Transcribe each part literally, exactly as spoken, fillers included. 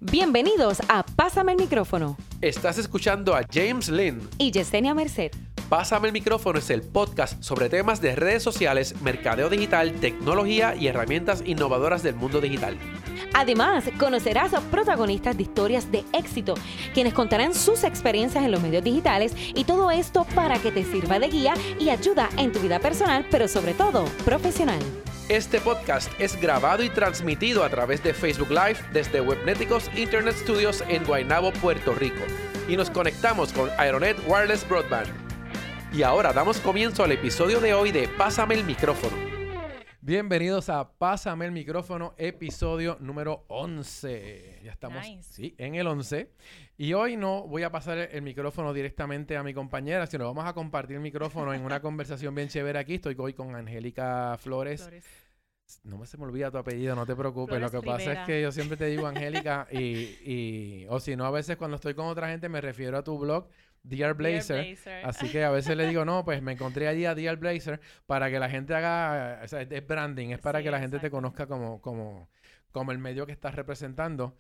Bienvenidos a Pásame el Micrófono. Estás escuchando a James Lynn y Yesenia Merced. Pásame el Micrófono es el podcast sobre temas de redes sociales, mercadeo digital, tecnología y herramientas innovadoras del mundo digital. Además, conocerás a protagonistas de historias de éxito, quienes contarán sus experiencias en los medios digitales y todo esto para que te sirva de guía y ayuda en tu vida personal, pero sobre todo profesional. Este podcast es grabado y transmitido a través de Facebook Live desde Webnéticos Internet Studios en Guaynabo, Puerto Rico. Y nos conectamos con Aeronet Wireless Broadband. Y ahora damos comienzo al episodio de hoy de Pásame el Micrófono. Bienvenidos a Pásame el Micrófono, episodio número once. Ya estamos Nice. sí, en el once. Y hoy no voy a pasar el micrófono directamente a mi compañera, sino vamos a compartir el micrófono en una conversación bien chévere aquí. Estoy hoy con Angélica Flores. Flores. No me se me olvida tu apellido, no te preocupes. Flores Lo que pasa Rivera. es que yo siempre te digo Angélica y, y... O si no, a veces cuando estoy con otra gente me refiero a tu blog, Dear Blazer. Dear Blazer. Así que a veces le digo, no, pues me encontré allí a Dear Blazer para que la gente haga... O sea, es branding, es para Sí, que la gente te exacto. conozca como, como, como el medio que estás representando.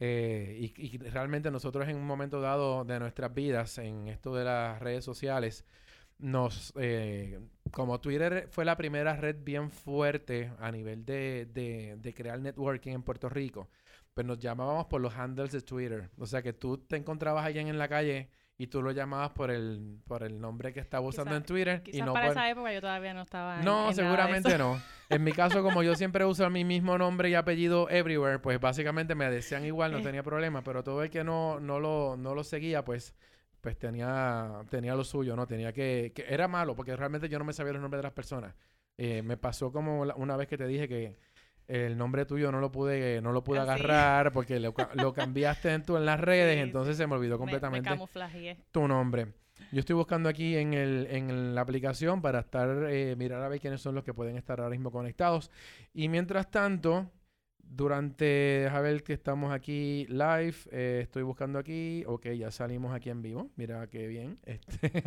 Eh, y, y realmente nosotros en un momento dado de nuestras vidas, en esto de las redes sociales, nos... Eh, como Twitter fue la primera red bien fuerte a nivel de, de, de crear networking en Puerto Rico, pues nos llamábamos por los handles de Twitter. O sea que tú te encontrabas a alguien en la calle y tú lo llamabas por el, por el nombre que estaba usando Quizá- en Twitter. y Quizás no para por... esa época yo todavía no estaba en, No, en nada de seguramente eso. no. En mi caso, como yo siempre uso mi mismo nombre y apellido everywhere, pues básicamente me decían igual, no tenía problema. Pero todo el que no, no, lo, no lo seguía, pues, pues tenía, tenía lo suyo, ¿no? Tenía que, que... Era malo, porque realmente yo no me sabía los nombres de las personas. Eh, me pasó como la- una vez que te dije que el nombre tuyo no lo pude, no lo pude Ah, sí. agarrar porque lo, ca- lo cambiaste en, tu, en las redes, Sí, entonces se me olvidó Me- completamente Me, camuflajeé. tu nombre. Yo estoy buscando aquí en, el, en la aplicación para estar, eh, mirar a ver quiénes son los que pueden estar ahora mismo conectados. Y mientras tanto, durante, deja ver que estamos aquí live, eh, estoy buscando aquí, ok, ya salimos aquí en vivo, mira qué bien. Este,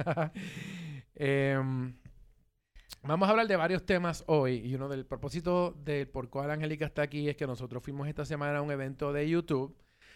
em, vamos a hablar de varios temas hoy y uno del propósito del por cuál Angélica está aquí es que nosotros fuimos esta semana a un evento de YouTube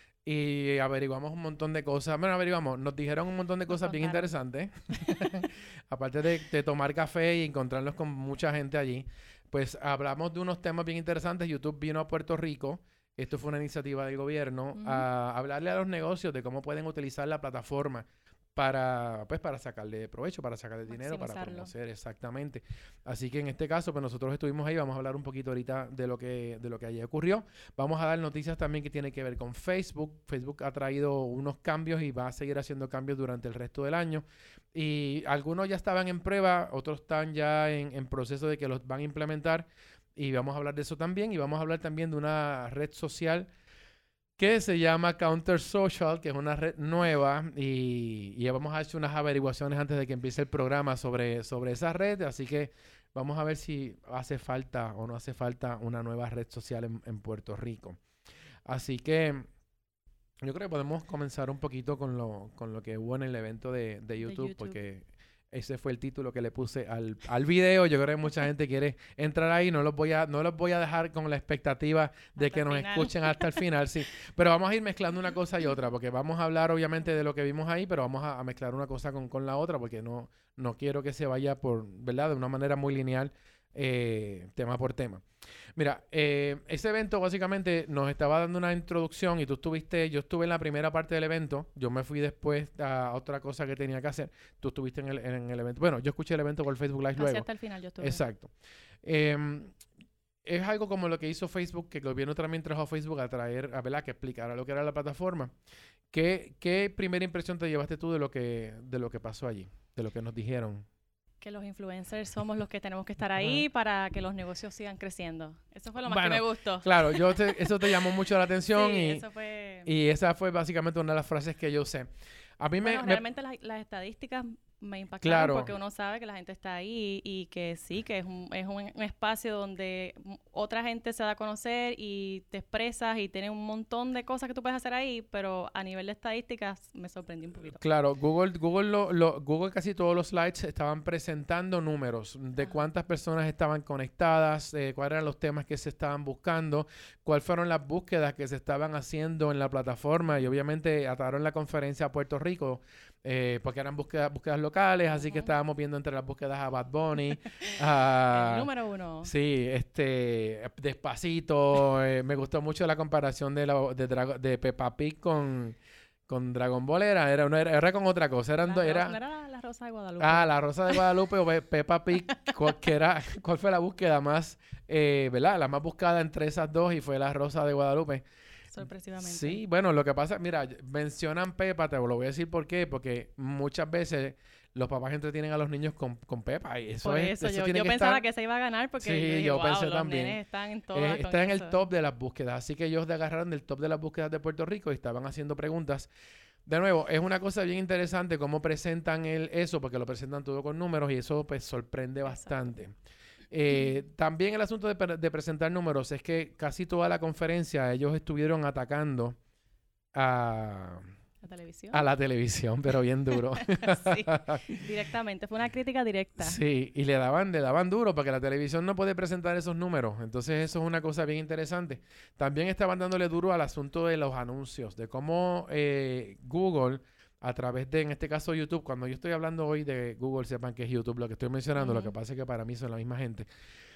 y averiguamos un montón de cosas. Bueno, averiguamos, nos dijeron un montón de Nos cosas bien contaron. interesantes. Aparte de, de tomar café y encontrarnos con mucha gente allí, pues hablamos de unos temas bien interesantes. YouTube vino a Puerto Rico. Esto fue una iniciativa del gobierno Ujú. a hablarle a los negocios de cómo pueden utilizar la plataforma para, pues, para sacarle provecho, para sacarle dinero, para Maximizarlo. promover, exactamente. Así que en este caso, pues nosotros estuvimos ahí, vamos a hablar un poquito ahorita de lo que, de lo que allí ocurrió. Vamos a dar noticias también que tienen que ver con Facebook. Facebook ha traído unos cambios y va a seguir haciendo cambios durante el resto del año. Y algunos ya estaban en prueba, otros están ya en, en proceso de que los van a implementar. Y vamos a hablar de eso también. Y vamos a hablar también de una red social que se llama Counter Social, que es una red nueva y, y ya vamos a hacer unas averiguaciones antes de que empiece el programa sobre, sobre esa red, así que vamos a ver si hace falta o no hace falta una nueva red social en, en Puerto Rico. Así que yo creo que podemos comenzar un poquito con lo, con lo que hubo en el evento de, de YouTube, YouTube. porque ese fue el título que le puse al, al video. Yo creo que mucha gente quiere entrar ahí. No los voy a, no los voy a dejar con la expectativa de Hasta que el nos final. escuchen hasta el final, sí. Pero vamos a ir mezclando una cosa y otra, porque vamos a hablar obviamente de lo que vimos ahí, pero vamos a, a mezclar una cosa con, con la otra, porque no, no quiero que se vaya por, ¿verdad? De una manera muy lineal, eh, tema por tema. Mira, eh, ese evento básicamente nos estaba dando una introducción y tú estuviste, yo estuve en la primera parte del evento, yo me fui después a otra cosa que tenía que hacer, tú estuviste en el, en el evento, bueno, yo escuché el evento por Facebook Live Casi luego. hasta el final yo estuve. Exacto. Em, es algo como lo que hizo Facebook, que el gobierno también trajo a Facebook a traer, a ¿verdad? Que explicara lo que era la plataforma. ¿Qué, qué primera impresión te llevaste tú de lo que, de lo que pasó allí, de lo que nos dijeron? Que los influencers somos los que tenemos que estar ahí para que los negocios sigan creciendo. Eso fue lo más Bueno, que me gustó. Claro, yo te- eso te llamó mucho la atención Sí, y, eso fue... y esa fue básicamente una de las frases que yo usé. A mí me, Bueno, me- realmente las, las estadísticas me impactaron Claro. porque uno sabe que la gente está ahí y, y que sí, que es un, es un, un espacio donde m- otra gente se da a conocer y te expresas y tiene un montón de cosas que tú puedes hacer ahí, pero a nivel de estadísticas me sorprendí un poquito. Claro, Google, Google, lo, lo- Google casi todos los slides estaban presentando números de Ajá. cuántas personas estaban conectadas, eh, cuáles eran los temas que se estaban buscando, cuáles fueron las búsquedas que se estaban haciendo en la plataforma y obviamente ataron la conferencia a Puerto Rico eh, porque eran búsquedas, búsquedas locales, así que Ujú. estábamos viendo entre las búsquedas a Bad Bunny, a... El número uno. Sí, este, Despacito, eh, me gustó mucho la comparación de, la, de, Drago- de Peppa Pig con, con Dragon Ball, era, era, no, era, era con otra cosa, eran La do- ro- era, ¿No era la, la Rosa de Guadalupe? ah, la Rosa de Guadalupe o Pe- Peppa Pig, cuál, que era, cuál fue la búsqueda más, eh, ¿verdad? La más buscada entre esas dos y fue la Rosa de Guadalupe. Sorpresivamente. Sí, bueno, lo que pasa, mira, mencionan Pepa, te lo voy a decir por qué, porque muchas veces los papás entretienen a los niños con, con Pepa y eso Por es, eso, yo, tiene yo que pensaba estar- que se iba a ganar porque Sí, yo, dije, yo wow, pensé los también. nenes están en todas Eh, con está en el eso. top de las búsquedas, así que ellos agarraron del top de las búsquedas de Puerto Rico y estaban haciendo preguntas. De nuevo, es una cosa bien interesante cómo presentan el, eso, porque lo presentan todo con números y eso pues sorprende Exacto. bastante. Eh, también el asunto de, pre- de presentar números es que casi toda la conferencia ellos estuvieron atacando a, La televisión. a la televisión, pero bien duro. Sí, directamente. Fue una crítica directa. Sí, y le daban, le daban duro porque la televisión no puede presentar esos números. Entonces eso es una cosa bien interesante. También estaban dándole duro al asunto de los anuncios, de cómo eh, Google, a través de, en este caso YouTube, cuando yo estoy hablando hoy de Google, sepan que es YouTube lo que estoy mencionando, lo que Ujú. pasa es que para mí son la misma gente.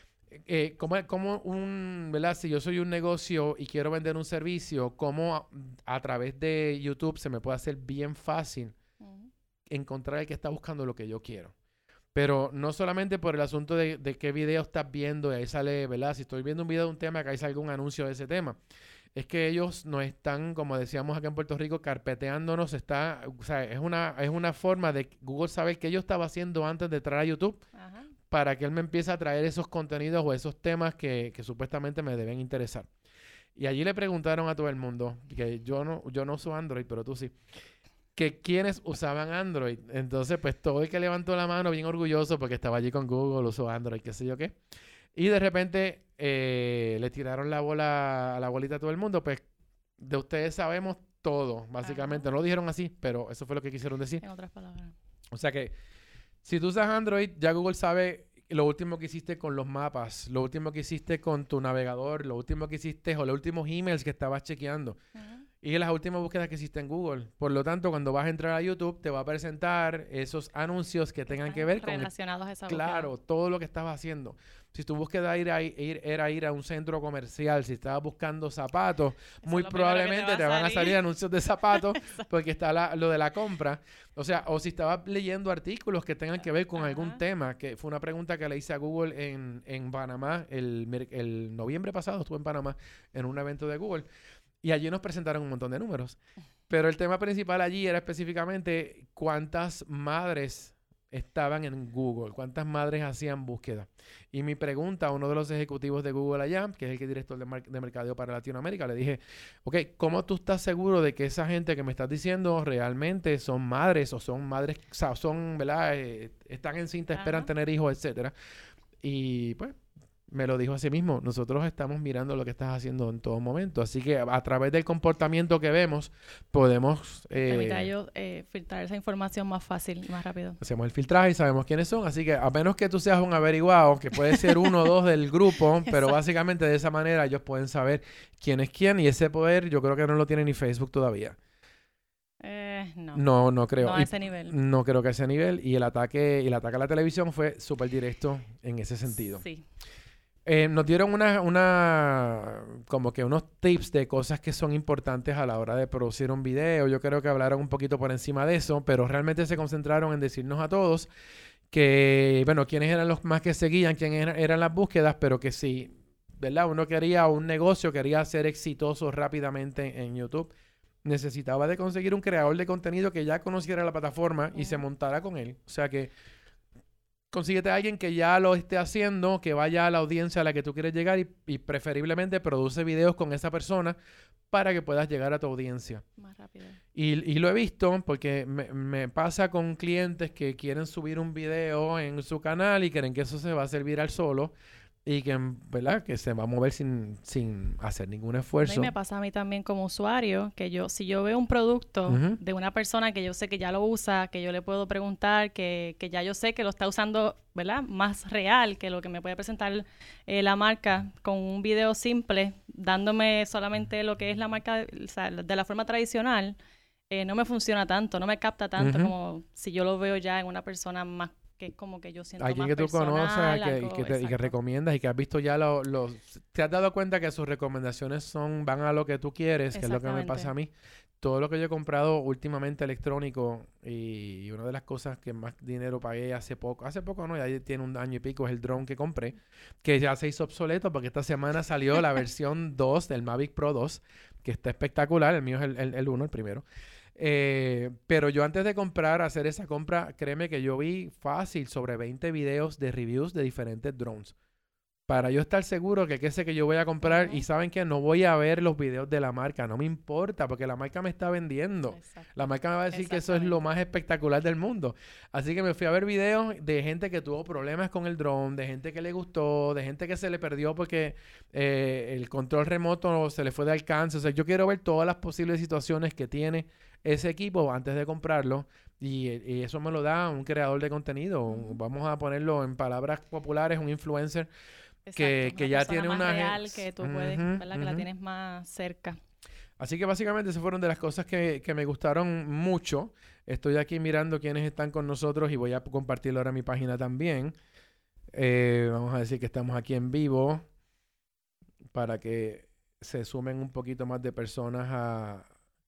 Eh, como, como un, ¿verdad? Si yo soy un negocio y quiero vender un servicio, cómo a, a través de YouTube se me puede hacer bien fácil Ujú. encontrar el que está buscando lo que yo quiero. Pero no solamente por el asunto de, de qué video estás viendo, y ahí sale, ¿verdad? Si estoy viendo un video de un tema, que ahí salga un anuncio de ese tema. Es que ellos nos están, como decíamos acá en Puerto Rico, carpeteándonos. Está, o sea, es una, es una forma de Google saber qué yo estaba haciendo antes de entrar a YouTube Ajá. para que él me empiece a traer esos contenidos o esos temas que, que supuestamente me deben interesar. Y allí le preguntaron a todo el mundo, que yo no, yo no uso Android, pero tú sí, que quiénes usaban Android. Entonces, pues todo el que levantó la mano bien orgulloso porque estaba allí con Google, usó Android, qué sé yo qué. Y de repente eh, le tiraron la bola a la bolita a todo el mundo, pues de ustedes sabemos todo, básicamente. Ajá. No lo dijeron así, pero eso fue lo que quisieron decir. En otras palabras. O sea que si tú usas Android, ya Google sabe lo último que hiciste con los mapas, lo último que hiciste con tu navegador, lo último que hiciste o los últimos emails que estabas chequeando Ajá. y las últimas búsquedas que hiciste en Google. Por lo tanto, cuando vas a entrar a YouTube, te va a presentar esos anuncios que tengan que ver con el- relacionados a esa búsqueda. claro, todo lo que estabas haciendo. Si tu búsqueda era ir, ir- era ir a un centro comercial, si estabas buscando zapatos, Eso muy es lo primero que te probablemente va a te, van a salir. salir anuncios de zapatos porque está la- lo de la compra. O sea, o si estabas leyendo artículos que tengan que ver con algún Ajá. tema, que fue una pregunta que le hice a Google en, en Panamá el, mer- el noviembre pasado, estuve en Panamá en un evento de Google. Y allí nos presentaron un montón de números. Pero el tema principal allí era específicamente cuántas madres estaban en Google, cuántas madres hacían búsqueda. Y mi pregunta a uno de los ejecutivos de Google allá, que es el que es director de, mar- de mercadeo para Latinoamérica, le dije, ok, ¿cómo tú estás seguro de que esa gente que me estás diciendo realmente son madres o son madres, o sea, son, ¿verdad? Eh, están en cinta, esperan Ajá. tener hijos, etcétera? Y pues me lo dijo así mismo, nosotros estamos mirando lo que estás haciendo en todo momento, así que a, a través del comportamiento que vemos, podemos... eh, Permite a ellos eh, filtrar esa información más fácil y más rápido. hacemos el filtraje y sabemos quiénes son, así que a menos que tú seas un averiguado, que puede ser uno o dos del grupo, pero Exacto. básicamente de esa manera ellos pueden saber quién es quién y ese poder yo creo que no lo tiene ni Facebook todavía. Eh, no. No, no creo. No a Y ese nivel. no creo que a ese nivel y el ataque y el ataque a la televisión fue súper directo en ese sentido. Sí. Eh, nos dieron una, una, como que unos tips de cosas que son importantes a la hora de producir un video. Yo creo que hablaron un poquito por encima de eso, pero realmente se concentraron en decirnos a todos que, bueno, quiénes eran los más que seguían, quiénes eran, eran las búsquedas, pero que si, ¿verdad? Uno quería un negocio, quería ser exitoso rápidamente en YouTube, necesitaba de conseguir un creador de contenido que ya conociera la plataforma y se Ujú. montara con él. O sea que consíguete a alguien que ya lo esté haciendo, que vaya a la audiencia a la que tú quieres llegar y, y preferiblemente produce videos con esa persona para que puedas llegar a tu audiencia. Más rápido. Y, y lo he visto porque me, me pasa con clientes que quieren subir un video en su canal y creen que eso se va a hacer viral solo y que, ¿verdad? Que se va a mover sin, sin hacer ningún esfuerzo. No, y me pasa a mí también como usuario, que yo, si yo veo un producto Uh-huh. de una persona que yo sé que ya lo usa, que yo le puedo preguntar, que, que ya yo sé que lo está usando, ¿verdad? Más real que lo que me puede presentar eh, la marca con un video simple, dándome solamente lo que es la marca, o sea, de la forma tradicional, eh, no me funciona tanto, no me capta tanto Uh-huh. como si yo lo veo ya en una persona más que es como que yo siento Alguien más que tú conoces personal, que, y, algo- que te- y que exacto. recomiendas y que has visto ya los... los te has dado cuenta que sus recomendaciones son van a lo que tú quieres, que es lo que me pasa a mí. Todo lo que yo he comprado últimamente electrónico y, y una de las cosas que más dinero pagué hace poco, hace poco no, ya tiene un año y pico, es el drone que compré, que ya se hizo obsoleto porque esta semana salió la versión dos del Mavic Pro dos, que está espectacular, el mío es el, el, el uno, el primero. Eh, pero yo antes de comprar, hacer esa compra, créeme que yo vi fácil sobre veinte videos de reviews de diferentes drones. Para yo estar seguro que qué sé que yo voy a comprar Ujú. y saben que no voy a ver los videos de la marca, no me importa porque la marca me está vendiendo. Exacto. La marca me va a decir que eso es lo Exactamente. más espectacular del mundo. Así que me fui a ver videos de gente que tuvo problemas con el drone, de gente que le gustó, de gente que se le perdió porque eh, el control remoto se le fue de alcance. O sea, yo quiero ver todas las posibles situaciones que tiene ese equipo antes de comprarlo. Y, y eso me lo da un creador de contenido. Ujú. Vamos a ponerlo en palabras populares, un influencer que- Exacto, que una ya persona tiene más una gen- real que tú puedes, Ujú, ¿verdad? Que la ujú. tienes más cerca. Así que básicamente esas fueron de las cosas que, que me gustaron mucho. Estoy aquí mirando quiénes están con nosotros y voy a compartirlo ahora en mi página también. Eh, vamos a decir que estamos aquí en vivo para que se sumen un poquito más de personas a,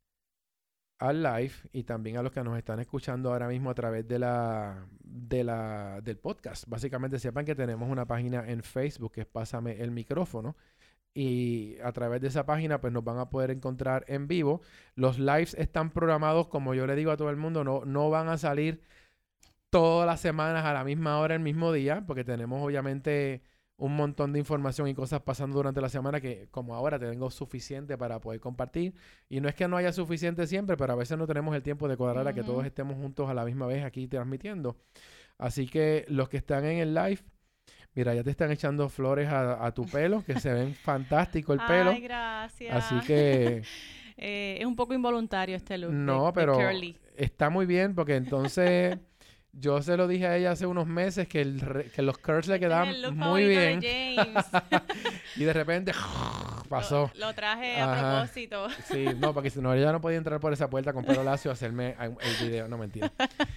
al live y también a los que nos están escuchando ahora mismo a través de la, de la, del podcast. Básicamente sepan que tenemos una página en Facebook que es Pásame el Micrófono. Y a través de esa página pues nos van a poder encontrar en vivo. Los lives están programados, como yo le digo a todo el mundo, no, no van a salir todas las semanas a la misma hora, el mismo día, porque tenemos obviamente un montón de información y cosas pasando durante la semana que como ahora tengo suficiente para poder compartir. Y no es que no haya suficiente siempre, pero a veces no tenemos el tiempo de cuadrar a que Ujú. todos estemos juntos a la misma vez aquí transmitiendo. Así que los que están en el live, mira, ya te están echando flores a, a tu pelo, que se ven fantástico el pelo. Ay, gracias. Así que Eh, es un poco involuntario este look de- no, de pero curly. está muy bien porque entonces yo se lo dije a ella hace unos meses que, el re- que los curls le Este es quedaban el look muy favorito de bien. James. Y de repente pasó. Lo, lo traje Ajá. a propósito. Sí, no, porque si no, ella no podía entrar por esa puerta con pelo lacio a hacerme a- el video. No, mentira.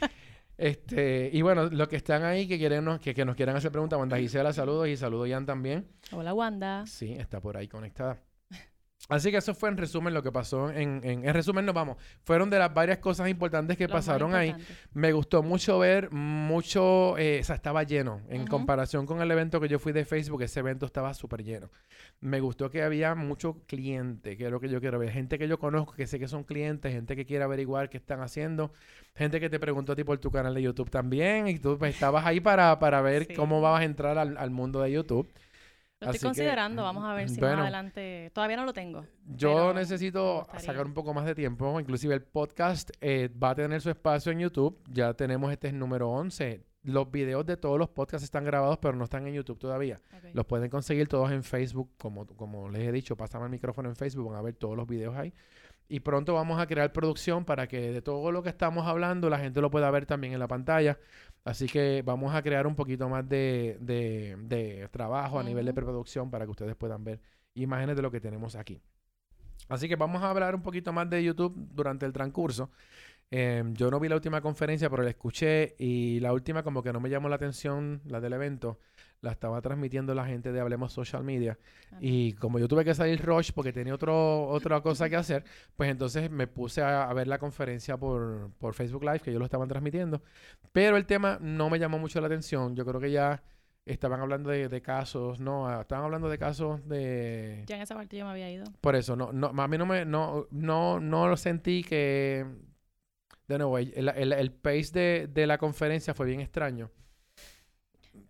Este, y bueno, los que están ahí que quieren nos, que, que nos quieran hacer preguntas, Wanda Gisela, saludos y saludo Jan también. Hola, Wanda. Sí, está por ahí conectada. Así que eso fue en resumen lo que pasó. En, en, en resumen nos vamos. Fueron de las varias cosas importantes que Los más pasaron ahí. importantes. Me gustó mucho ver mucho, eh, o sea, estaba lleno. En Ujú. comparación con el evento que yo fui de Facebook, ese evento estaba súper lleno. Me gustó que había mucho cliente, que es lo que yo quiero ver. Gente que yo conozco, que sé que son clientes, gente que quiere averiguar qué están haciendo, gente que te preguntó a ti por tu canal de YouTube también, y tú pues, estabas ahí para, para ver Sí. cómo vas a entrar al, al mundo de YouTube. Lo Así estoy que, considerando. Vamos a ver si bueno, más adelante... Todavía no lo tengo. Yo pero me necesito gustaría. sacar un poco más de tiempo. Inclusive el podcast eh, va a tener su espacio en YouTube. Ya tenemos este es el número once. Los videos de todos los podcasts están grabados, pero no están en YouTube todavía. Ok. Los pueden conseguir todos en Facebook. Como, como les he dicho, pásame el micrófono en Facebook. Van a ver todos los videos ahí. Y pronto vamos a crear producción para que de todo lo que estamos hablando la gente lo pueda ver también en la pantalla. Así que vamos a crear un poquito más de, de, de trabajo a nivel de Ujú. preproducción para que ustedes puedan ver imágenes de lo que tenemos aquí. Así que vamos a hablar un poquito más de YouTube durante el transcurso. Eh, yo no vi la última conferencia, pero la escuché y la última como que no me llamó la atención, la del evento. La estaba transmitiendo la gente de Hablemos Social Media. Ah, Y como yo tuve que salir rush porque tenía otro, otra cosa que hacer, pues entonces me puse a, a ver la conferencia por, por Facebook Live, que ellos lo estaban transmitiendo. Pero el tema no me llamó mucho la atención. Yo creo que ya estaban hablando de, de casos, ¿no? Ah, estaban hablando de casos de... Ya en esa parte yo me había ido. Por eso, no, no, a mí no me, no, no, no lo sentí que, de nuevo, el, el, el pace de, de la conferencia fue bien extraño.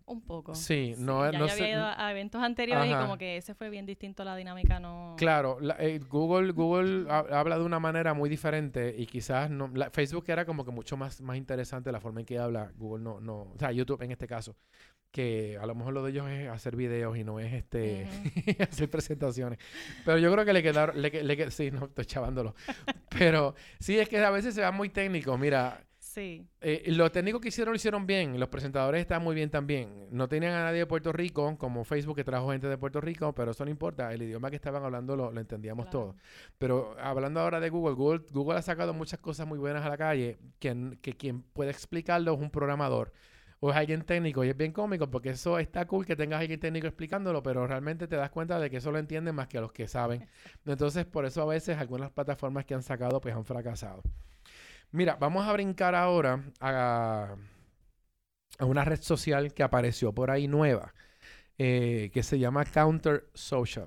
Un poco. Sí, no, ya no yo sé. había ido a eventos anteriores Ajá. y como que ese fue bien distinto, la dinámica no... Claro, la- eh, Google, Google ha- habla de una manera muy diferente y quizás no, la- Facebook era como que mucho más, más interesante la forma en que habla. Google no, no, o sea, YouTube en este caso, que a lo mejor lo de ellos es hacer videos y no es este hacer presentaciones. Pero yo creo que le quedaron, le, que- le que- sí, no, estoy chavándolo. Pero sí, es que a veces se va muy técnico. Mira, Sí. eh, los técnicos que hicieron lo hicieron bien. Los presentadores están muy bien también. No tenían a nadie de Puerto Rico, como Facebook que trajo gente de Puerto Rico, pero eso no importa. El idioma que estaban hablando lo, lo entendíamos Claro. todos. Pero hablando ahora de Google, Google, Google ha sacado muchas cosas muy buenas a la calle que, que quien puede explicarlo es un programador o es alguien técnico y es bien cómico porque eso está cool que tengas alguien técnico explicándolo, pero realmente te das cuenta de que eso lo entienden más que los que saben. Entonces, por eso a veces algunas plataformas que han sacado pues han fracasado. Mira, vamos a brincar ahora a, a una red social que apareció por ahí nueva, eh, que se llama Counter Social.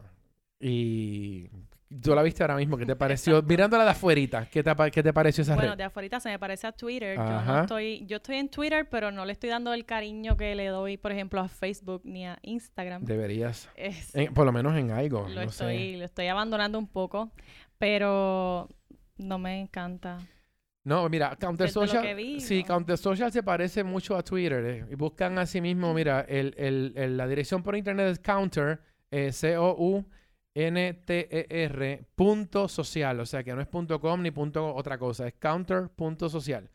Y tú la viste ahora mismo, ¿qué te pareció? Exacto. Mirándola de afuerita, ¿qué te, pa- qué te pareció esa Bueno, red? de afuera se me parece a Twitter. Yo Ajá. no estoy, yo estoy en Twitter, pero no le estoy dando el cariño que le doy, por ejemplo, a Facebook ni a Instagram. Deberías, Es- en- por lo menos en algo, lo no estoy, sé. lo estoy abandonando un poco, pero no me encanta. No, mira, Counter De- de lo Social, que vi, sí, no. Counter Social se parece mucho a Twitter. eh, y buscan así mismo, mira, el, el, el- la dirección por internet es Counter, eh, C O U N T E R punto social, o sea que no es punto com ni punto otra cosa, es counter punto social.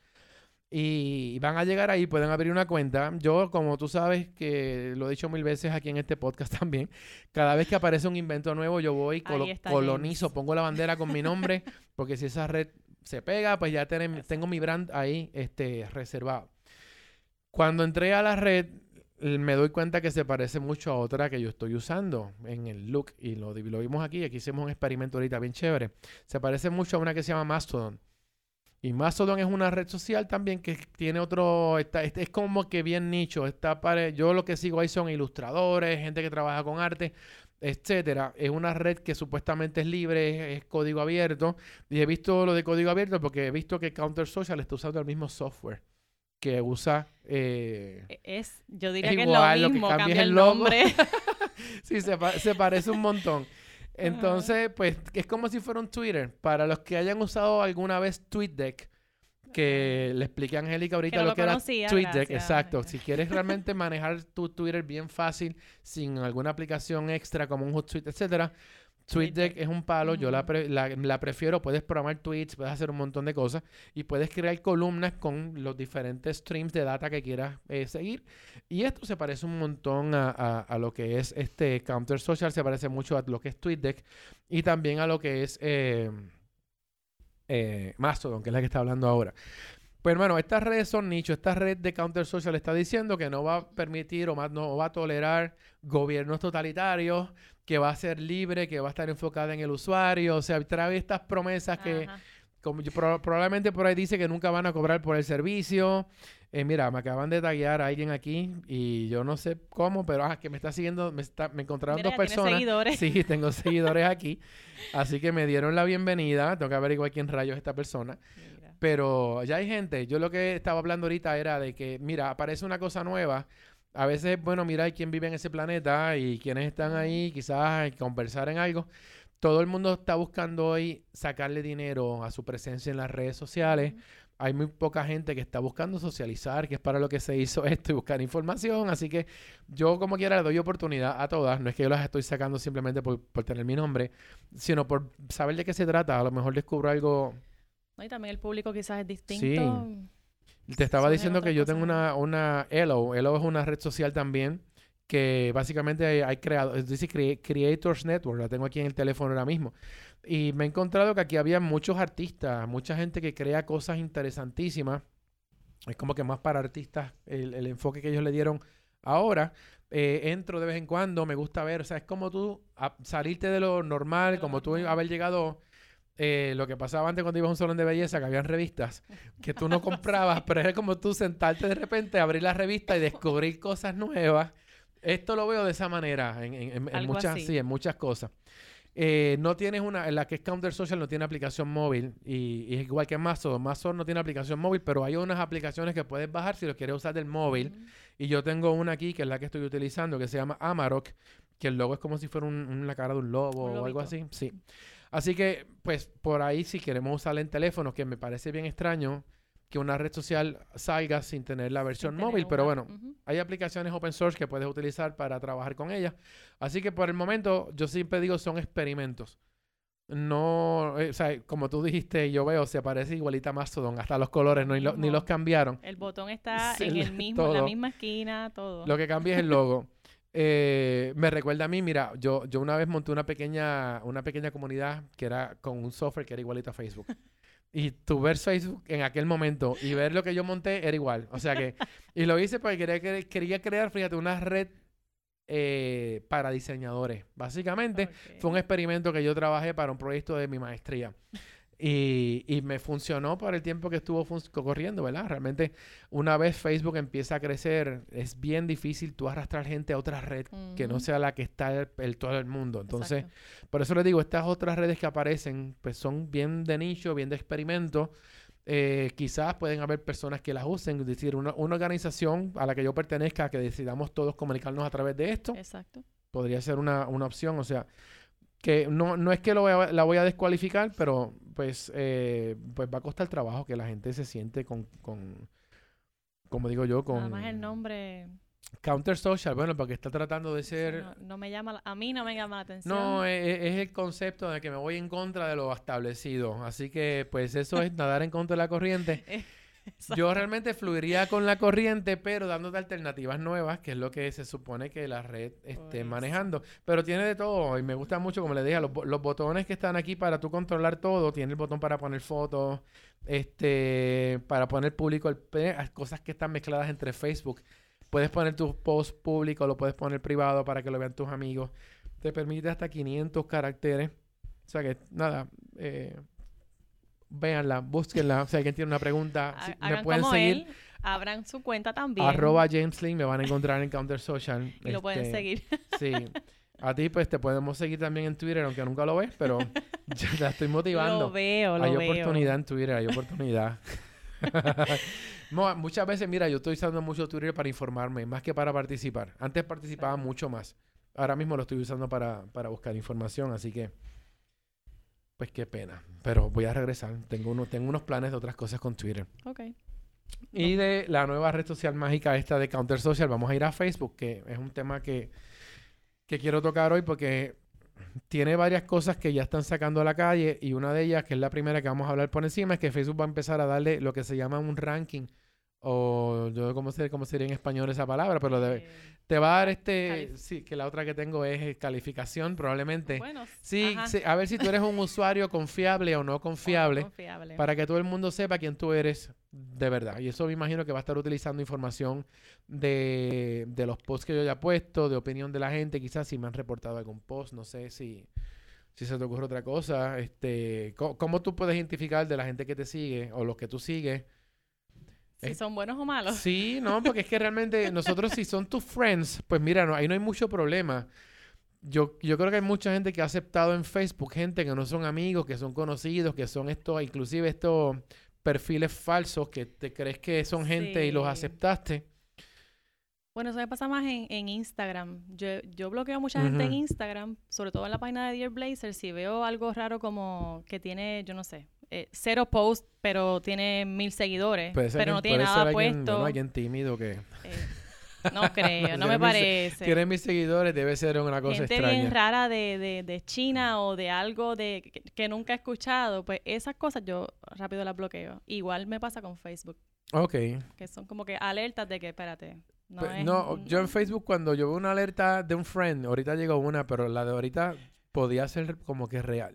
Y van a llegar ahí, pueden abrir una cuenta. Yo, como tú sabes, que lo he dicho mil veces aquí en este podcast también, cada vez que aparece un invento nuevo, yo voy, colo- Ahí está colonizo, James. pongo la bandera con mi nombre, porque si esa red se pega, pues ya tenem- tengo mi brand ahí este, reservado. Cuando entré a la red, l- me doy cuenta que se parece mucho a otra que yo estoy usando en el look, y lo, di- lo vimos aquí, aquí hicimos un experimento ahorita bien chévere. Se parece mucho a una que se llama Mastodon. Y Mastodon es una red social también que tiene otro, está, es, es como que bien nicho. Está para, yo lo que sigo ahí son ilustradores, gente que trabaja con arte, etcétera. Es una red que supuestamente es libre, es, es código abierto. Y he visto lo de código abierto porque he visto que Counter Social está usando el mismo software que usa. eh, E- Es, yo diría Es que igual, es lo lo que mismo, cambia es cambia el el logo. nombre. Sí, se, pa- se parece un montón. Entonces, pues, es como si fuera un Twitter. Para los que hayan usado alguna vez TweetDeck, que le expliqué a Angélica ahorita Que no lo lo que era conocía, TweetDeck. gracias. Exacto. Si quieres realmente manejar tu Twitter bien fácil, sin alguna aplicación extra como un Hootsuite, etcétera, TweetDeck TweetDeck. es un palo. Yo la, Ujú. pre- la, la prefiero. Puedes programar tweets, puedes hacer un montón de cosas y puedes crear columnas con los diferentes streams de data que quieras eh, seguir. Y esto se parece un montón a, a- a lo que es este Counter Social, se parece mucho a lo que es TweetDeck y también a lo que es eh, eh, Mastodon, que es la que está hablando ahora. Pues hermano, estas redes son nichos. Esta red de Counter Social está diciendo que no va a permitir o más no va a tolerar gobiernos totalitarios, que va a ser libre, que va a estar enfocada en el usuario. O sea, trae estas promesas que Ajá. como yo- pro- probablemente por ahí dice que nunca van a cobrar por el servicio. Eh, mira, me acaban de taguear a alguien aquí y yo no sé cómo, pero ah, que me está siguiendo, me, está, me encontraron Mira, dos ya tiene personas. seguidores. Sí, tengo seguidores aquí. Así que me dieron la bienvenida. Tengo que averiguar quién rayos es esta persona. Mira. Pero ya hay gente. Yo lo que estaba hablando ahorita era de que, mira, aparece una cosa nueva. A veces es bueno mirar quién vive en ese planeta y quiénes están ahí, quizás conversar en algo. Todo el mundo está buscando hoy sacarle dinero a su presencia en las redes sociales. Hay muy poca gente que está buscando socializar, que es para lo que se hizo esto y buscar información. Así que yo como quiera le doy oportunidad a todas. No es que yo las estoy sacando simplemente por, por tener mi nombre, sino por saber de qué se trata. A lo mejor descubro algo. No, y también el público quizás es distinto. Te estaba Surgen diciendo que otras yo tengo cosas. una, una Elo. Elo es una red social también que básicamente hay, hay creado, dice Crea- Creators Network, la tengo aquí en el teléfono ahora mismo. Y me he encontrado que aquí había muchos artistas, mucha gente que crea cosas interesantísimas. Es como que más para artistas el, el enfoque que ellos le dieron ahora. Eh, entro de vez en cuando, me gusta ver, o sea, es como tú a- salirte de lo normal, De lo como tú normal. haber llegado... eh, lo que pasaba antes cuando ibas a un salón de belleza, que habían revistas que tú no comprabas, pero era como tú sentarte de repente, abrir la revista y descubrir cosas nuevas. Esto lo veo de esa manera en, en- en- en Algo muchas, así. sí, en muchas cosas. Eh, no tienes una, en la que es Counter Social no tiene aplicación móvil y, y es igual que Mastodon. Mastodon no tiene aplicación móvil, pero hay unas aplicaciones que puedes bajar si lo quieres usar del móvil. Ujú. Y yo tengo una aquí, que es la que estoy utilizando, que se llama Amarok, que el logo es como si fuera un, una cara de un lobo Un o algo lobito. así. Sí. Así que, pues, por ahí si queremos usarla en teléfonos, que me parece bien extraño que una red social salga sin tener la versión Sin tener móvil, pero una- bueno, Ujú. hay aplicaciones open source que puedes utilizar para trabajar con ellas. Así que por el momento, yo siempre digo, son experimentos. No, eh, o sea, como tú dijiste, yo veo, se parece igualita a Mastodon, hasta los colores no, ni, lo- ni Mismo. los cambiaron. El botón está Sí, en la- el mismo, en la todo. misma esquina, todo. Lo que cambia es el logo. Eh, me recuerda a mí, mira, yo, yo una vez monté una pequeña, una pequeña comunidad que era con un software que era igualito a Facebook. Y tú ver Facebook en aquel momento y ver lo que yo monté era igual. O sea que, y lo hice porque quería, quería- quería crear, fíjate, una red eh, para diseñadores. Básicamente, Ok. fue un experimento que yo trabajé para un proyecto de mi maestría. Y, y me funcionó por el tiempo que estuvo fun- corriendo, ¿verdad? Realmente, una vez Facebook empieza a crecer, es bien difícil tú arrastrar gente a otra red que no Ujú. sea la que está el, el- todo el mundo. Entonces, Exacto. por eso les digo, estas otras redes que aparecen, pues son bien de nicho, bien de experimento. Eh, quizás pueden haber personas que las usen, es decir, una, una organización a la que yo pertenezca, que decidamos todos comunicarnos a través de esto, Exacto. podría ser una, una opción. O sea, que no, no es que lo voy a- la voy a descualificar, pero pues, eh, pues va a costar trabajo que la gente se siente con, con como digo yo, con Nada más el nombre Counter Social. Bueno, porque está tratando de sí, ser... no, no me llama, la- a mí no me llama la atención. No, e- e- es, el concepto de que me voy en contra de lo establecido. Así que, pues, eso es nadar en contra de la corriente. Exacto. Yo realmente fluiría con la corriente, pero dándote alternativas nuevas, que es lo que se supone que la red esté Pues. manejando. Pero tiene de todo y me gusta mucho, como les dije, los, bo- los botones que están aquí para tú controlar todo. Tiene el botón para poner fotos, este, para poner público, el, pe- cosas que están mezcladas entre Facebook. Puedes poner tus posts públicos, lo puedes poner privado para que lo vean tus amigos. Te permite hasta quinientos caracteres. O sea que, nada, eh, véanla, búsquenla. Si alguien tiene una pregunta, Ha- si- me Hagan pueden como seguir. él, abran su cuenta también. Arroba James Lin, me van a encontrar en Counter Social. y lo pueden Este, seguir. Sí. A ti, pues, te podemos seguir también en Twitter, aunque nunca lo ves, pero ya la estoy motivando. Lo veo, lo Hay veo. oportunidad en Twitter, hay oportunidad. Mo- Muchas veces, mira, yo estoy usando mucho Twitter para informarme, más que para participar. Antes participaba Exacto. mucho más. Ahora mismo lo estoy usando para, para buscar información, así que, pues qué pena. Pero voy a regresar. Tengo, uno, tengo unos planes de otras cosas con Twitter. Ok. Y de la nueva red social mágica esta de Counter Social, vamos a ir a Facebook, que es un tema que, que quiero tocar hoy porque tiene varias cosas que ya están sacando a la calle y una de ellas, que es la primera que vamos a hablar por encima, es que Facebook va a empezar a darle lo que se llama un ranking, o yo no sé cómo, ser- cómo sería en español esa palabra, pero debe- Eh, te va a dar este, Calif- sí, que la otra que tengo es eh, calificación probablemente. bueno, Sí, ajá. sí, a ver si tú eres un usuario confiable o no O no confiable confiable. para que todo el mundo sepa quién tú eres de verdad. Y eso me imagino que va a estar utilizando información de, de los posts que yo haya puesto, de opinión de la gente, quizás si me han reportado algún post, no sé si, si se te ocurre otra cosa. Este, co- ¿cómo, tú puedes identificar de la gente que te sigue o los que tú sigues? Si eh, son buenos o malos. Sí, no, porque es que realmente nosotros si son tus friends, pues mira, no, ahí no hay mucho problema. Yo, yo creo que hay mucha gente que ha aceptado en Facebook, gente que no son amigos, que son conocidos, que son estos, inclusive estos perfiles falsos que te crees que son gente y los Sí. aceptaste. Bueno, eso me pasa más en, en Instagram. Yo, yo bloqueo a mucha gente en Ujú. Instagram, sobre todo en la página de Dear Blazer. Si veo algo raro como que tiene, yo no sé, eh, cero posts, pero tiene mil seguidores, Puede ser pero alguien- no tiene puede nada ser alguien, puesto. bueno, alguien tímido que eh, no creo, no Tiene me mis- parece. tiene mis seguidores, debe ser una cosa Gente extraña. bien rara de, de, de China o de algo de que, que nunca he escuchado, pues esas cosas yo rápido las bloqueo. Igual me pasa con Facebook, Ok. que son como que alertas de que, espérate, no Pues, es... no, yo en Facebook cuando yo veo una alerta de un friend, ahorita llegó una, pero la de ahorita podía ser como que real.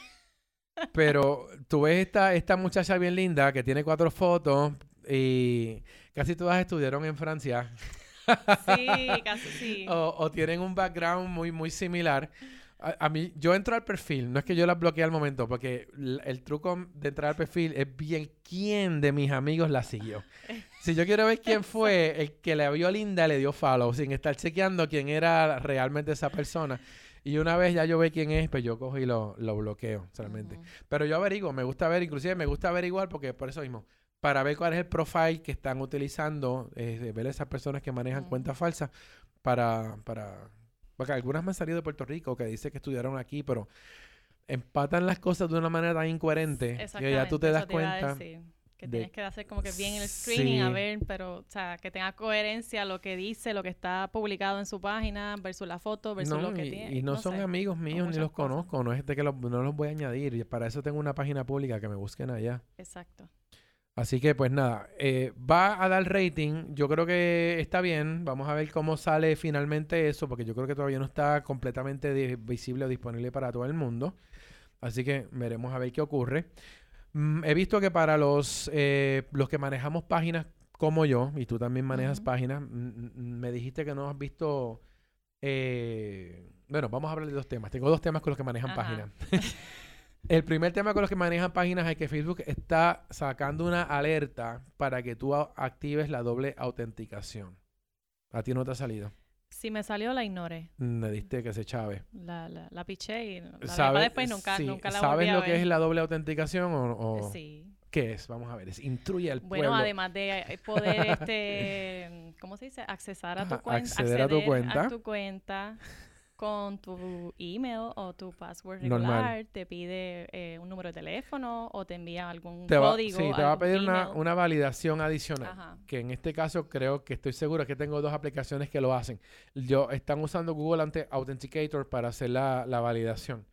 Pero tú ves esta, esta muchacha bien linda que tiene cuatro fotos y casi todas estudiaron en Francia Sí, casi sí. o, o tienen un background muy, muy similar. A, a mí, yo entro al perfil, no es que yo las bloquee al momento, porque l- el truco de entrar al perfil es bien quién de mis amigos la siguió. Si yo quiero ver quién fue el que la vio linda, le dio follow, sin estar chequeando quién era realmente esa persona. Y una vez ya yo ve quién es, pues yo cojo y lo, lo bloqueo, realmente. Ujú. Pero yo averiguo, me gusta ver, inclusive me gusta averiguar porque por eso mismo, para ver cuál es el profile que están utilizando, eh, ver esas personas que manejan Ujú. cuentas falsas para, para... Porque algunas me han salido de Puerto Rico que dice que estudiaron aquí, pero empatan las cosas de una manera tan incoherente que ya tú te das eso te iba a cuenta. decir, que de- tienes que hacer como que bien el screening, a Sí. ver, pero, o sea, que tenga coherencia lo que dice, lo que está publicado en su página versus la foto versus No, lo que y, tiene. y no, son sé, amigos míos ni muchas los cosas. conozco, no es de que los- no los voy a añadir. Y para eso tengo una página pública que me busquen allá. Exacto. Así que pues nada, eh, va a dar rating, yo creo que está bien, vamos a ver cómo sale finalmente eso, porque yo creo que todavía no está completamente di- visible o disponible para todo el mundo, así que veremos a ver qué ocurre. Mm, he visto que para los, eh, los que manejamos páginas como yo, y tú también manejas Ujú. páginas, mm, mm, me dijiste que no has visto, eh, bueno, vamos a hablar de dos temas, tengo dos temas con los que manejan Ajá. páginas. El primer tema con los que manejan páginas es que Facebook está sacando una alerta para que tú a- actives la doble autenticación. A ti no te ha salido. Si me salió, la ignoré. Me diste que se chave. La, la, la piché y la dejé para ¿Sabes, después nunca, sí, nunca la ¿sabes volví a lo ver. que es la doble autenticación o, o Sí. qué es? Vamos a ver. Es, instruye al Bueno, pueblo. además de eh, poder, este, ¿cómo se dice? Accesar a tu Ajá, cuenta. acceder a tu cuenta. a tu cuenta con tu email o tu password Normal. regular. Te pide eh, un número de teléfono o te envía algún Te va, código. sí, te va a algún pedir una, email. una validación adicional. Ajá. Que en este caso creo que estoy seguro que tengo dos aplicaciones que lo hacen. Yo están usando Google Ante- Authenticator para hacer la, la validación.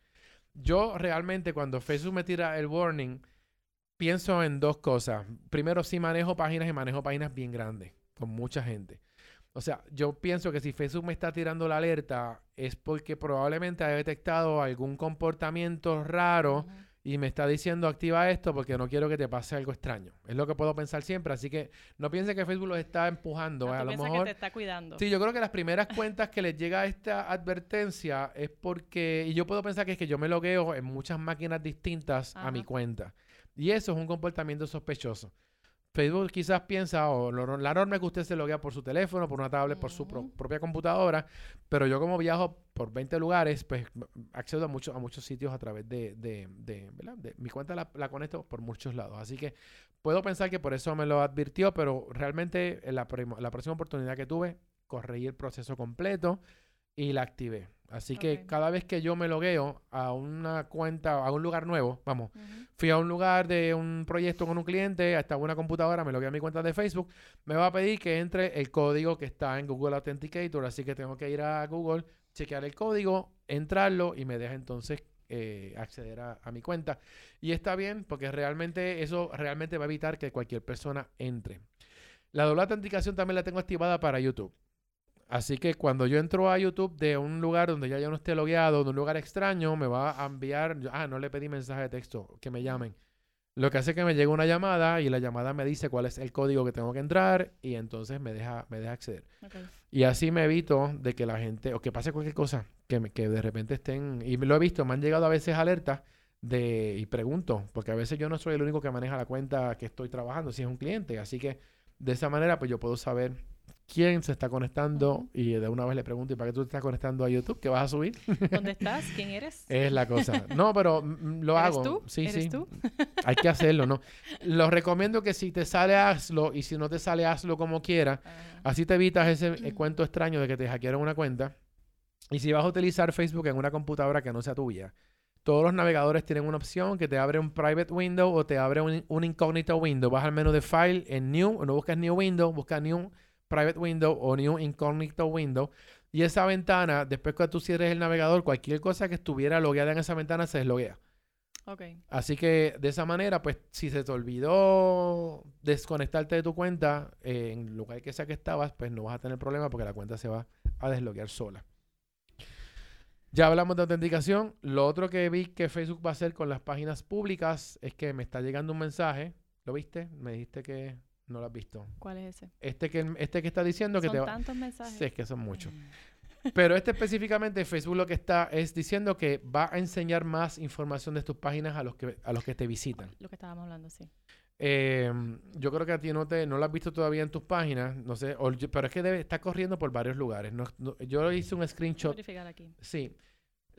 Yo realmente cuando Facebook me tira el warning, pienso en dos cosas. Primero, sí manejo páginas y manejo páginas bien grandes, con mucha gente. O sea, yo pienso que si Facebook me está tirando la alerta es porque probablemente ha detectado algún comportamiento raro Ujú. y me está diciendo activa esto porque no quiero que te pase algo extraño. Es lo que puedo pensar siempre. Así que no piense que Facebook los está empujando. Ah, ¿eh? tú A lo piensas mejor... que te está cuidando. Sí, yo creo que las primeras cuentas que les llega esta advertencia es porque... Y yo puedo pensar que es que yo me logueo en muchas máquinas distintas a mi Ajá. cuenta. Y eso es un comportamiento sospechoso. Facebook quizás piensa, o lo- la norma es que usted se loguea por su teléfono, por una tablet, por su pro- Ujú. propia computadora, pero yo como viajo por veinte lugares, pues m- accedo a, muchos a muchos sitios a través de, de, de, ¿verdad? De- mi cuenta la, la conecto por muchos lados. Así que puedo pensar que por eso me lo advirtió, pero realmente en la, prim- la próxima oportunidad que tuve, corregí el proceso completo y la activé. Así que Ok. cada vez que yo me logueo a una cuenta, a un lugar nuevo, vamos, Ujú. fui a un lugar de un proyecto con un cliente, hasta una computadora, me logué a mi cuenta de Facebook, me va a pedir que entre el código que está en Google Authenticator, así que tengo que ir a Google, chequear el código, entrarlo y me deja entonces eh, acceder a, a mi cuenta. Y está bien porque realmente eso realmente va a evitar que cualquier persona entre. La doble autenticación también la tengo activada para YouTube. Así que cuando yo entro a YouTube de un lugar donde ya yo no esté logueado, de un lugar extraño, me va a enviar, yo- ah, no le pedí mensaje de texto, que me llamen. Lo que hace que me llegue una llamada y la llamada me dice cuál es el código que tengo que entrar y entonces me deja, me deja acceder. Ok. Y así me evito de que la gente, o que pase cualquier cosa, que, me- que de repente estén, y lo he visto, me han llegado a veces alertas de, y pregunto, porque a veces yo no soy el único que maneja la cuenta que estoy trabajando, si es un cliente, así que de esa manera pues yo puedo saber quién se está conectando Ujú. y de una vez le pregunto, ¿y para qué tú te estás conectando a YouTube? ¿Qué vas a subir? ¿Dónde estás? ¿Quién eres? Es la cosa. No, pero mm, lo ¿Eres hago. tú? Sí, ¿Eres sí. tú? Hay que hacerlo, ¿no? Lo recomiendo que si te sale, hazlo. Y si no te sale, hazlo como quieras. Ajá. Así te evitas ese eh, cuento extraño de que te hackearon una cuenta. Y si vas a utilizar Facebook en una computadora que no sea tuya, todos los navegadores tienen una opción que te abre un private window o te abre un, un incognito window. Vas al menú de File en New, no buscas New Window, buscas New Private Window o New Incognito Window. Y esa ventana, después que tú cierres el navegador, cualquier cosa que estuviera logueada en esa ventana se desloguea. Ok. Así que de esa manera, pues si se te olvidó desconectarte de tu cuenta, eh, en el lugar que sea que estabas, pues no vas a tener problema porque la cuenta se va a desbloquear sola. Ya hablamos de autenticación. Lo otro que vi que Facebook va a hacer con las páginas públicas es que me está llegando un mensaje. ¿Lo viste? Me dijiste que no lo has visto. ¿Cuál es ese? Este que, este que está diciendo que Son te va... tantos mensajes. Sí, es que son muchos. Mm. Pero este específicamente, Facebook lo que está es diciendo que va a enseñar más información de tus páginas a los que, a los que te visitan. Lo que estábamos hablando, sí. Eh, yo creo que a ti no te no lo has visto todavía en tus páginas, no sé, o yo- pero es que debe estar corriendo por varios lugares. No- no- yo hice un Voy a screenshot. verificar aquí. Sí.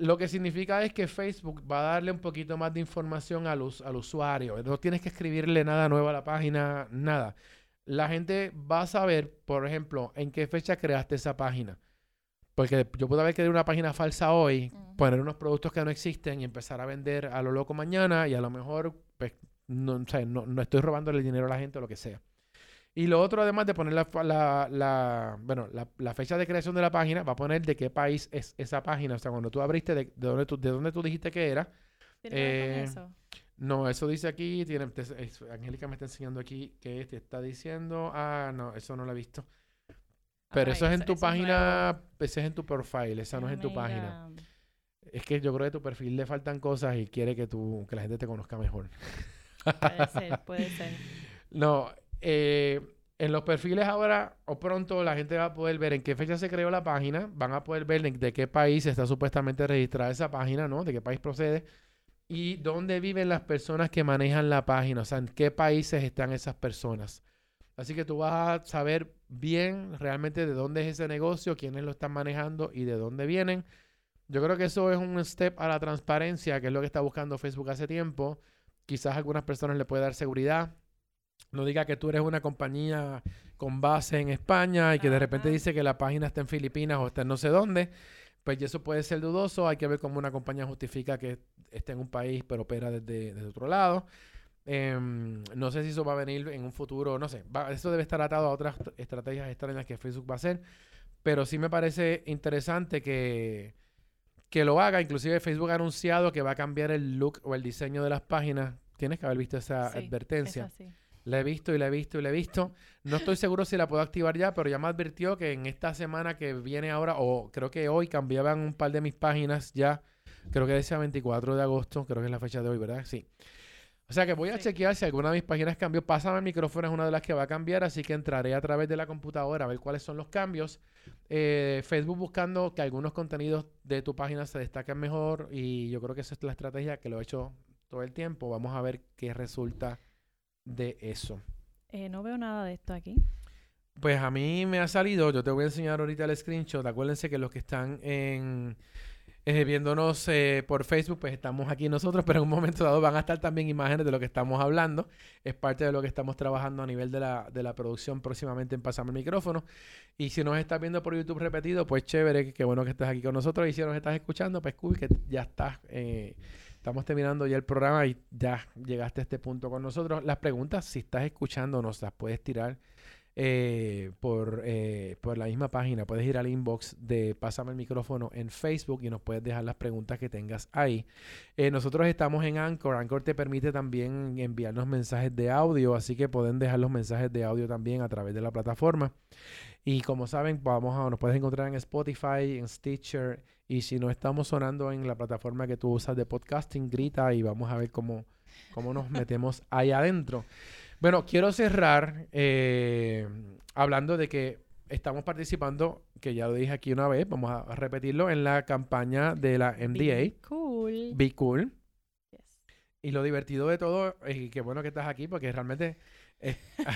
Lo que significa es que Facebook va a darle un poquito más de información al, us- al usuario. No tienes que escribirle nada nuevo a la página, nada. La gente va a saber, por ejemplo, en qué fecha creaste esa página. Porque yo puedo haber creado una página falsa hoy, Ujú. poner unos productos que no existen y empezar a vender a lo loco mañana y a lo mejor pues, no, o sea, no, no estoy robándole el dinero a la gente o lo que sea. Y lo otro, además de poner la, fa- la, la- bueno, la, la fecha de creación de la página, va a poner de qué país es esa página. O sea, cuando tú abriste, de, de dónde, tú, de dónde tú dijiste que era. ¿Tiene que ver con Eh, eso? No, eso dice aquí, tiene, te- es- Angélica me está enseñando aquí que te está diciendo, ah, no, eso no lo he visto. Pero Ay, eso es en eso- tu eso es página, ese es en tu profile, esa no es en tu Déjame ir página. a- Es que yo creo que a tu perfil le faltan cosas y quiere que tú, que la gente te conozca mejor. Puede ser, puede ser. No, eh, en los perfiles ahora o pronto la gente va a poder ver en qué fecha se creó la página, van a poder ver en- de qué país está supuestamente registrada esa página, ¿no? De qué país procede y dónde viven las personas que manejan la página, o sea, en qué países están esas personas. Así que tú vas a saber bien realmente de dónde es ese negocio, quiénes lo están manejando y de dónde vienen. Yo creo que eso es un step a la transparencia, que es lo que está buscando Facebook hace tiempo. Quizás a algunas personas le puede dar seguridad. No diga que tú eres una compañía con base en España y que de repente Ajá. dice que la página está en Filipinas o está en no sé dónde. Pues y eso puede ser dudoso. Hay que ver cómo una compañía justifica que esté en un país pero opera desde, desde otro lado. Em, no sé si eso va a venir en un futuro, no sé. Va- eso debe estar atado a otras t- estrategias extrañas que Facebook va a hacer. Pero sí me parece interesante que, que lo haga. Inclusive Facebook ha anunciado que va a cambiar el look o el diseño de las páginas. Tienes que haber visto esa Sí, advertencia. es así. La he visto y la he visto y la he visto. No estoy seguro si la puedo activar ya, pero ya me advirtió que en esta semana que viene ahora, o creo que hoy, cambiaban un par de mis páginas ya. Creo que decía veinticuatro de agosto, creo que es la fecha de hoy, ¿verdad? Sí. O sea que voy a Sí. chequear si alguna de mis páginas cambió. Pásame el micrófono, es una de las que va a cambiar, así que entraré a través de la computadora a ver cuáles son los cambios. Eh, Facebook buscando que algunos contenidos de tu página se destaquen mejor y yo creo que esa es la estrategia que lo he hecho todo el tiempo. Vamos a ver qué resulta de eso. Eh, no veo nada de esto aquí. Pues a mí me ha salido, yo te voy a enseñar ahorita el screenshot. Acuérdense que los que están en eh, viéndonos eh, por Facebook, pues estamos aquí nosotros, pero en un momento dado van a estar también imágenes de lo que estamos hablando. Es parte de lo que estamos trabajando a nivel de la, de la producción próximamente en Pasame el Micrófono. Y si nos estás viendo por YouTube repetido, pues chévere, qué bueno que estás aquí con nosotros. Y si nos estás escuchando, pues cool, que ya estás, eh, estamos terminando ya el programa y ya llegaste a este punto con nosotros. Las preguntas, si estás escuchando, nos las puedes tirar eh, por, eh, por la misma página. Puedes ir al inbox de Pásame el Micrófono en Facebook y nos puedes dejar las preguntas que tengas ahí. Eh, nosotros estamos en Anchor. Anchor te permite también enviarnos mensajes de audio, así que pueden dejar los mensajes de audio también a través de la plataforma. Y como saben, vamos a, nos puedes encontrar en Spotify, en Stitcher. Y si no estamos sonando en la plataforma que tú usas de podcasting, grita y vamos a ver cómo, cómo nos metemos ahí adentro. Bueno, quiero cerrar eh, hablando de que estamos participando, que ya lo dije aquí una vez, vamos a repetirlo, en la campaña de la M D Be A, cool. Be Cool. Yes. Y lo divertido de todo, y qué bueno que estás aquí, porque realmente eh,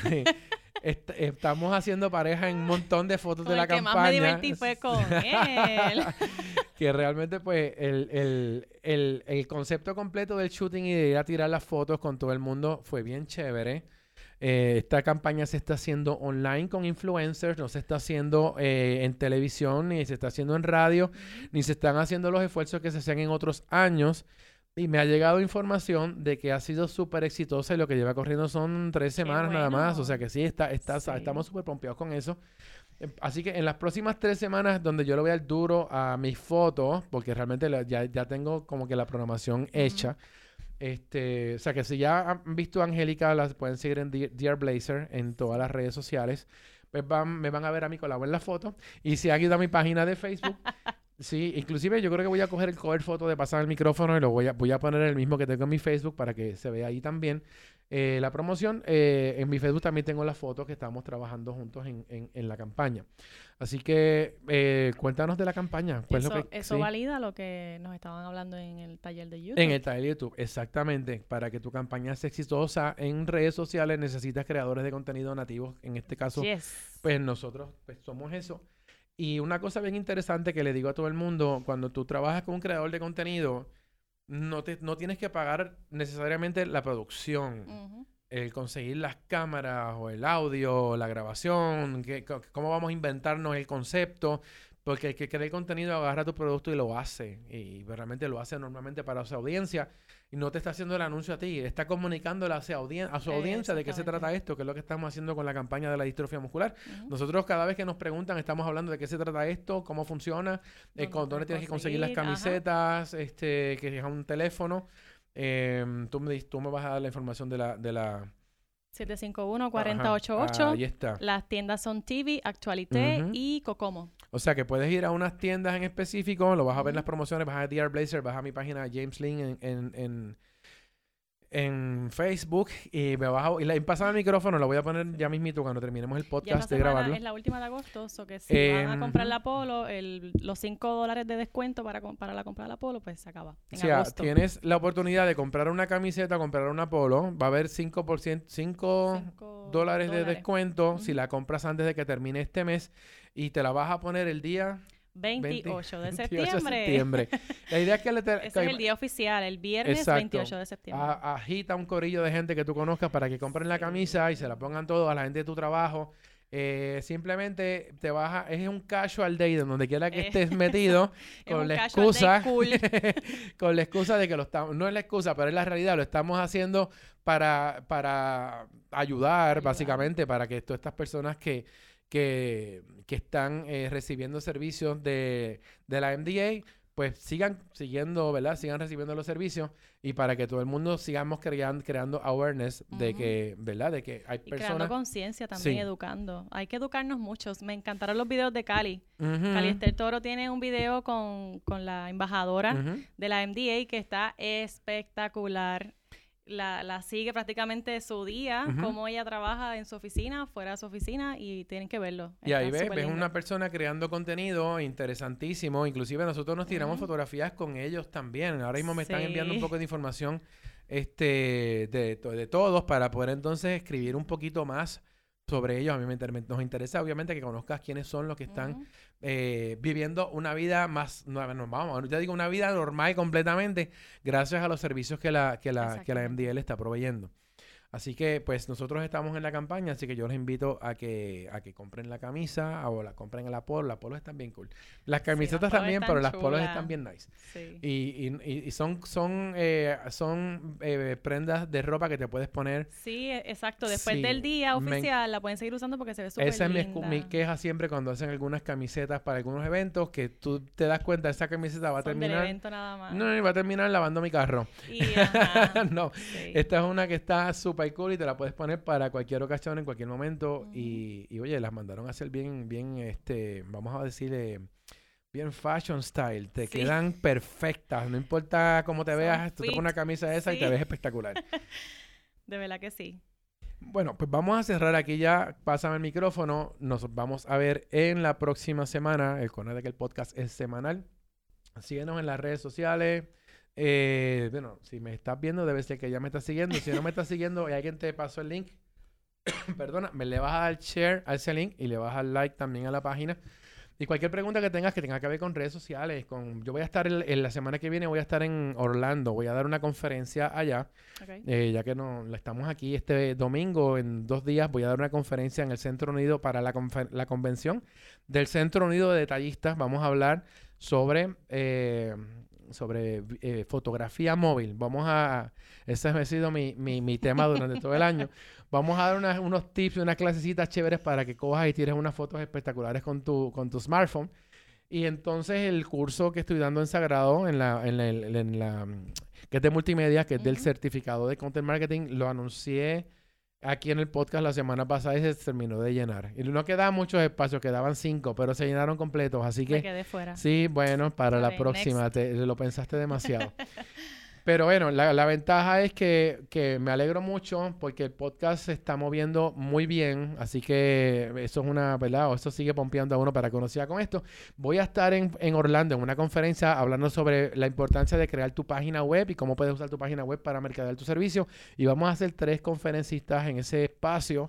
est- estamos haciendo pareja en un montón de fotos Con de la el que campaña. más me divertí fue con él. Que realmente, pues, el, el, el, el concepto completo del shooting y de ir a tirar las fotos con todo el mundo fue bien chévere. Eh, esta campaña se está haciendo online con influencers, no se está haciendo eh, en televisión, ni se está haciendo en radio, ni se están haciendo los esfuerzos que se hacían en otros años. Y me ha llegado información de que ha sido súper exitosa y lo que lleva corriendo son tres semanas nada más. O bueno. sea que sí, está, está, Sí. estamos súper pompeados con eso. Eh, Así que en las próximas tres semanas donde yo le voy al duro a mis fotos, porque realmente la- ya, ya tengo como que la programación hecha. Este, o sea que si ya han visto a Angélica, las pueden seguir en Dear, Dear Blazer en todas las redes sociales. Pues van, me van a ver a mí con la buena foto. Y si han ido a mi página de Facebook, sí, inclusive yo creo que voy a coger el cover foto de pasar el micrófono y lo voy a, voy a poner el mismo que tengo en mi Facebook para que se vea ahí también. Eh, la promoción, eh, en mi Facebook también tengo las fotos que estamos trabajando juntos en, en, en la campaña. Así que eh, cuéntanos de la campaña. ¿Cuál es Eso, lo que, eso sí? valida lo que nos estaban hablando en el taller de YouTube. En el taller de YouTube, exactamente. Para que tu campaña sea exitosa en redes sociales necesitas creadores de contenido nativos. En este caso, Yes. pues nosotros pues, somos eso. Y una cosa bien interesante que le digo a todo el mundo, cuando tú trabajas con un creador de contenido, no, te, no tienes que pagar necesariamente la producción, Ujú. el conseguir las cámaras o el audio, la grabación, que, co- cómo vamos a inventarnos el concepto, porque el que crea el contenido agarra tu producto y lo hace, y realmente lo hace normalmente para su audiencia, y no te está haciendo el anuncio a ti, está comunicándole a, su audien- a su Eh, audiencia de qué se exactamente. trata esto, que es lo que estamos haciendo con la campaña de la distrofia muscular. Ujú. Nosotros cada vez que nos preguntan estamos hablando de qué se trata esto, cómo funciona, eh, ¿Dónde con, dónde puedes tienes que conseguir las conseguir? Ajá. camisetas, este, que es un teléfono. Em, tú, me, dis- tú me vas a dar la información de la... De la siete cinco uno, Ajá, cuatro ocho ocho. ahí está. Las tiendas son T V, Actualité Ujú. y Cocomo. O sea que puedes ir a unas tiendas en específico, lo vas a ver en las Ujú. promociones, vas a D R Blazer, vas a mi página James Lynn en, en, en, en Facebook y me vas a, y la, y pásame el micrófono, lo voy a poner ya mismito cuando terminemos el Ya esta podcast de semana grabarlo. es la última de agosto, so que si Eh, van a comprar ujú. la Polo, el, los cinco dólares de descuento para, com- para la compra de la Polo, pues se acaba en O sea, agosto. tienes la oportunidad de comprar una camiseta, comprar una polo, va a haber cinco por ciento, cinco Cinco dólares de dólares. descuento si Ujú. la compras antes de que termine este mes y te la vas a poner el día veintiocho de veintiocho de septiembre. septiembre. La idea es que le te, Ese es el día oficial, el viernes Exacto. veintiocho de septiembre. a- agita un corillo de gente que tú conozcas para que compren la Sí. camisa y se la pongan todos a la gente de tu trabajo. Eh, simplemente te vas a, es un casual day de donde quiera que Eh, estés metido Es con un la casual day excusa cool. con la excusa de que lo estamos, no es la excusa, pero es la realidad, lo estamos haciendo para, para ayudar, Ayudar. básicamente, para que todas estas personas que, que, que están eh, recibiendo servicios de, de la M D A, pues sigan siguiendo, ¿verdad? Sigan recibiendo los servicios y para que todo el mundo sigamos creando, creando awareness de Ujú. que, ¿verdad? De que hay Y creando personas... conciencia también, Sí. educando. Hay que educarnos muchos. Me encantaron los videos de Cali. Ujú, Cali Esther Toro tiene un video con, con la embajadora ujú. de la M D A que está espectacular. La, la sigue prácticamente su día, Ujú. cómo ella trabaja en su oficina, fuera de su oficina, y tienen que verlo. Y ahí Está ves, súper ves lindo. una persona creando contenido interesantísimo. Inclusive nosotros nos tiramos Ujú. fotografías con ellos también. Ahora mismo me están enviando un Sí. poco de información este, de, to- de todos para poder entonces escribir un poquito más sobre ellos. A mí me inter- nos interesa obviamente que conozcas quiénes son los que están Ujú. eh, viviendo una vida más, no, no, vamos, ya digo una vida normal completamente gracias a los servicios que la, que la, que la M D L está proveyendo. Así que, pues, nosotros estamos en la campaña, así que yo les invito a que, a que compren la camisa o la compren en la polo. Las polos están bien cool. Las camisetas polos también, están pero las polos chulas. están bien nice. Sí. Y, y, y- y son, son, eh, son eh, prendas de ropa que te puedes poner. Sí, e- exacto. Después Sí, del día me- oficial la pueden seguir usando porque se ve súper Esa es mi, linda. excu- mi queja siempre cuando hacen algunas camisetas para algunos eventos, que tú te das cuenta, esa camiseta va a Son del terminar... evento nada más. No, no, va a terminar lavando mi carro. Y, ajá, No, sí. esta es una que está súper cool y te la puedes poner para cualquier ocasión, en cualquier momento. Ujú. y, y, oye, las mandaron a hacer bien, bien, este, vamos a decirle, bien fashion style. Te Sí. quedan perfectas. No importa cómo te Son veas, tú te fit. pones una camisa esa y te Sí. ves espectacular. De verdad que sí. Bueno, pues vamos a cerrar aquí ya. Pásame el micrófono. Nos vamos a ver en la próxima semana. El de que el podcast es semanal. Síguenos en las redes sociales. Eh, bueno, si me estás viendo, debe ser que ya me estás siguiendo. Si no me estás siguiendo y alguien te pasó el link, perdona, me le vas a dar share a ese link y le vas a dar like también a la página. Y cualquier pregunta que tengas que tenga que ver con redes sociales, con yo voy a estar el- en la semana que viene, voy a estar en Orlando, voy a dar una conferencia allá, Ok. eh, ya que no la estamos aquí este domingo, en dos días voy a dar una conferencia en el Centro Unido para la, confer- la convención del Centro Unido de Detallistas. Vamos a hablar sobre, eh, sobre eh, fotografía móvil. Vamos a, ese ha sido mi, mi, mi tema durante todo el año. Vamos a dar unas- unos tips y unas clasecitas chéveres para que cojas y tires unas fotos espectaculares con tu, con tu smartphone. Y entonces el curso que estoy dando en Sagrado, en la, en la, en la, mm, que es de multimedia, que es del Ujú. certificado de Content Marketing, lo anuncié aquí en el podcast la semana pasada y se terminó de llenar. Y no quedaban muchos espacios, quedaban cinco, pero se llenaron completos. Así Me que quedé fuera. sí, bueno, para Está la bien, próxima, next. te, lo pensaste demasiado. Pero bueno, la, la ventaja es que, que me alegro mucho porque el podcast se está moviendo muy bien, así que eso es una, ¿verdad? O eso sigue pompeando a uno para que uno siga con esto. Voy a estar en, en Orlando en una conferencia hablando sobre la importancia de crear tu página web y cómo puedes usar tu página web para mercadear tu servicio. Y vamos a hacer tres conferencistas en ese espacio.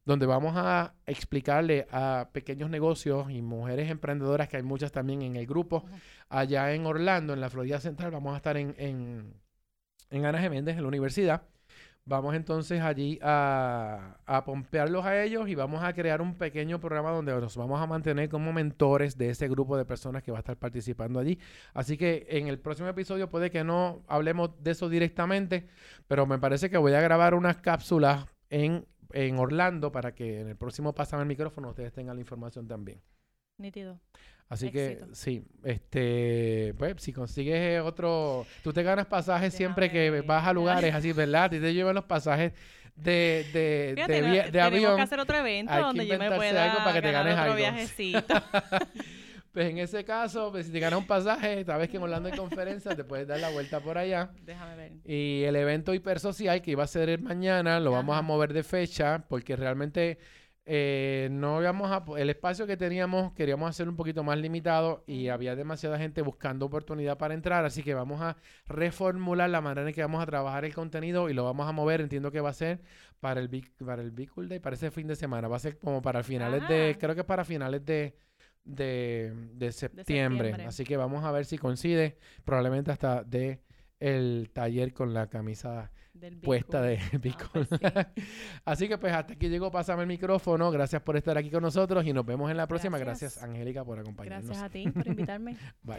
donde vamos a explicarle a pequeños negocios y mujeres emprendedoras, que hay muchas también en el grupo, uh-huh. allá en Orlando, en la Florida Central. Vamos a estar en, en, en Ana Geméndez, en la universidad. Vamos entonces allí a, a pompearlos a ellos y vamos a crear un pequeño programa donde nos vamos a mantener como mentores de ese grupo de personas que va a estar participando allí. Así que en el próximo episodio puede que no hablemos de eso directamente, pero me parece que voy a grabar unas cápsulas en, en Orlando para que en el próximo Pásame el Micrófono ustedes tengan la información también. Nítido. Así Éxito. que sí, este, pues si consigues otro, tú te ganas pasajes Déjame siempre que ver. vas a lugares así, ¿verdad? Y te llevan los pasajes de, de, Fíjate, de, no, de, de avión. Tenemos que hacer otro evento Hay donde yo me pueda algo para que te ganar ganes otro algo. viajecito. Pues en ese caso, pues si te ganas un pasaje, sabes que en Orlando hay conferencia, te puedes dar la vuelta por allá. Déjame ver. Y el evento hipersocial que iba a ser el mañana, lo Ajá. vamos a mover de fecha porque realmente eh, no íbamos a... El espacio que teníamos queríamos hacerlo un poquito más limitado y había demasiada gente buscando oportunidad para entrar, así que vamos a reformular la manera en que vamos a trabajar el contenido y lo vamos a mover. Entiendo que va a ser para el Big, para el Big Cool Day, para ese fin de semana. Va a ser como para finales Ajá. de... Creo que es para finales de... De, de, septiembre. de septiembre. Así que vamos a ver si coincide. Probablemente hasta de el taller con la camisa Del puesta de Bitcoin. No, pues sí. Así que pues hasta aquí llegó Pásame el Micrófono. Gracias por estar aquí con nosotros y nos vemos en la próxima. Gracias, Gracias Angélica, por acompañarnos. Gracias a ti por invitarme. Bye.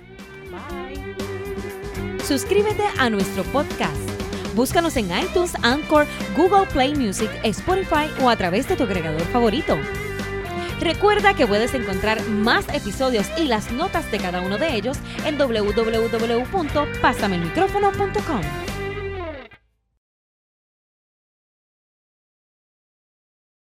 Bye. Suscríbete a nuestro podcast. Búscanos en iTunes, Anchor, Google Play Music, Spotify o a través de tu agregador favorito. Recuerda que puedes encontrar más episodios y las notas de cada uno de ellos en doble u doble u doble u punto pásame el micrófono punto com.